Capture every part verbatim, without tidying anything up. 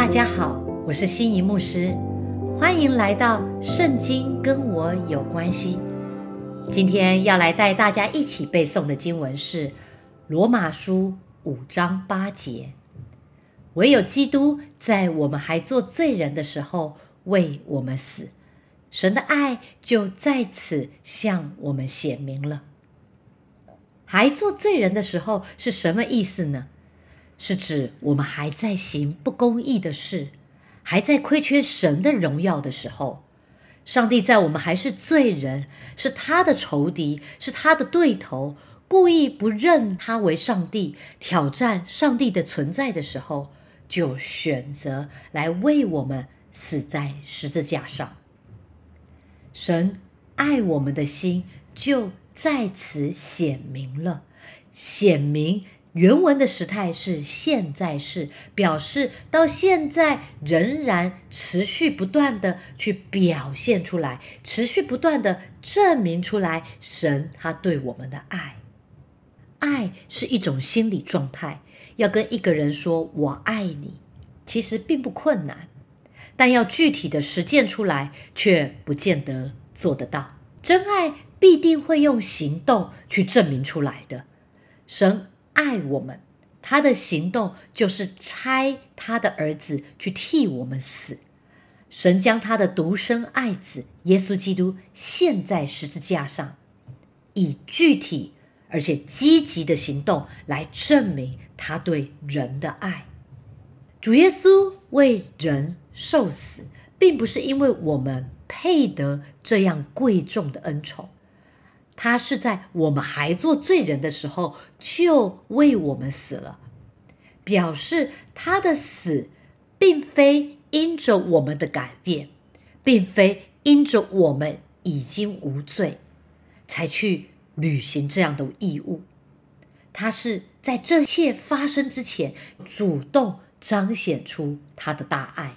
大家好，我是心怡牧师，欢迎来到圣经跟我有关系。今天要来带大家一起背诵的经文是罗马书五章八节，唯有基督在我们还做罪人的时候为我们死，神的爱就在此向我们显明了。还做罪人的时候是什么意思呢？是指我们还在行不公义的事，还在亏缺神的荣耀的时候，上帝在我们还是罪人，是他的仇敌，是他的对头，故意不认他为上帝，挑战上帝的存在的时候，就选择来为我们死在十字架上。神爱我们的心就在此显明了，显明原文的时态是现在式，表示到现在仍然持续不断的去表现出来，持续不断的证明出来神他对我们的爱。爱是一种心理状态，要跟一个人说我爱你，其实并不困难，但要具体的实践出来，却不见得做得到。真爱必定会用行动去证明出来的。神爱我们，他的行动就是差他的儿子去替我们死。神将他的独生爱子耶稣基督献在十字架上，以具体而且积极的行动来证明他对人的爱。主耶稣为人受死，并不是因为我们配得这样贵重的恩宠，他是在我们还做罪人的时候就为我们死了，表示他的死并非因着我们的改变，并非因着我们已经无罪才去履行这样的义务，他是在这一切发生之前主动彰显出他的大爱。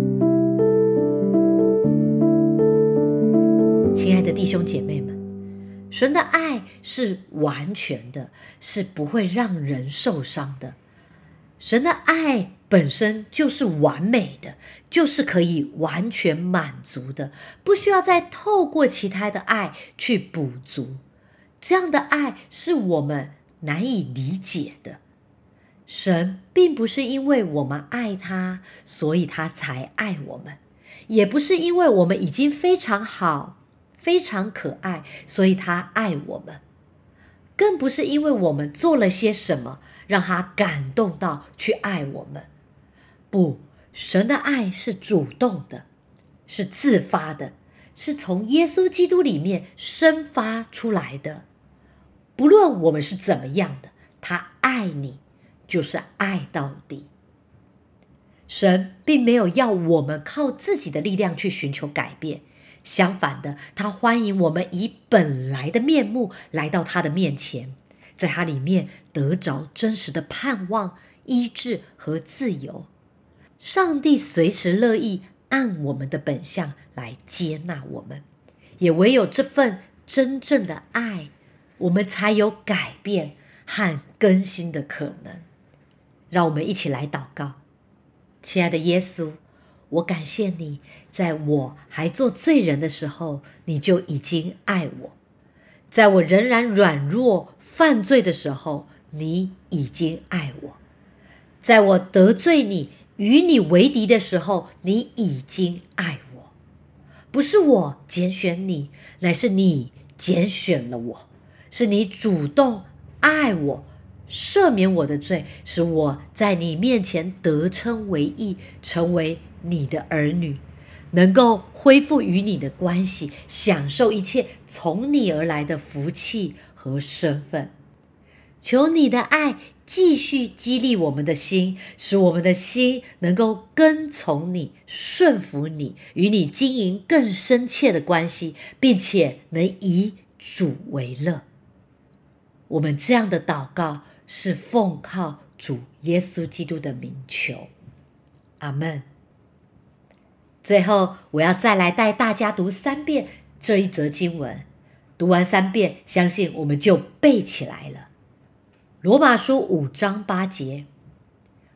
亲爱的弟兄姐妹们，神的爱是完全的，是不会让人受伤的。神的爱本身就是完美的，就是可以完全满足的，不需要再透过其他的爱去补足。这样的爱是我们难以理解的。神并不是因为我们爱他，所以他才爱我们，也不是因为我们已经非常好非常可爱，所以他爱我们，更不是因为我们做了些什么让他感动到去爱我们。不，神的爱是主动的，是自发的，是从耶稣基督里面生发出来的。不论我们是怎么样的，他爱你就是爱到底。神并没有要我们靠自己的力量去寻求改变，相反的，他欢迎我们以本来的面目来到他的面前，在他里面得着真实的盼望、医治和自由。上帝随时乐意按我们的本相来接纳我们，也唯有这份真正的爱，我们才有改变和更新的可能。让我们一起来祷告。亲爱的耶稣，我感谢你，在我还做罪人的时候，你就已经爱我；在我仍然软弱犯罪的时候，你已经爱我；在我得罪你、与你为敌的时候，你已经爱我。不是我拣选你，乃是你拣选了我，是你主动爱我，赦免我的罪，使我在你面前得称为义，成为你的儿女，能够恢复与你的关系，享受一切从你而来的福气和身份。求你的爱继续激励我们的心，使我们的心能够跟从你，顺服你，与你经营更深切的关系，并且能以主为乐。我们这样的祷告是奉靠主耶稣基督的名求，阿们。最后，我要再来带大家读三遍这一则经文，读完三遍，相信我们就背起来了。罗马书五章八节，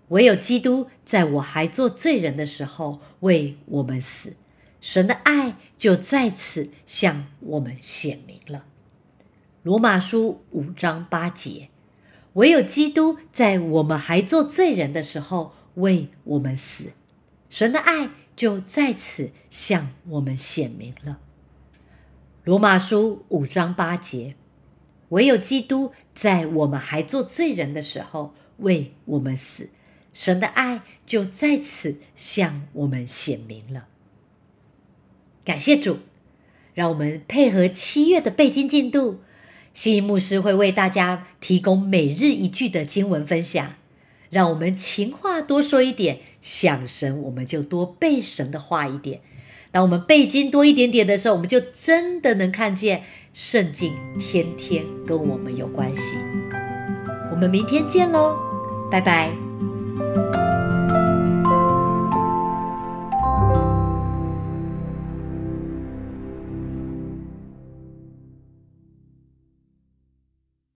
唯有基督在我还做罪人的时候为我们死，神的爱就在此向我们显明了。罗马书五章八节，唯有基督在我们还做罪人的时候为我们死，神的爱就在此向我们显明了。罗马书五章八节，唯有基督在我们还做罪人的时候为我们死，神的爱就在此向我们显明了。感谢主，让我们配合七月的背经进度，希义牧师会为大家提供每日一句的经文分享，让我们情话多说一点，想神我们就多背神的话一点。当我们背经多一点点的时候，我们就真的能看见圣经天天跟我们有关系。我们明天见咯，拜拜。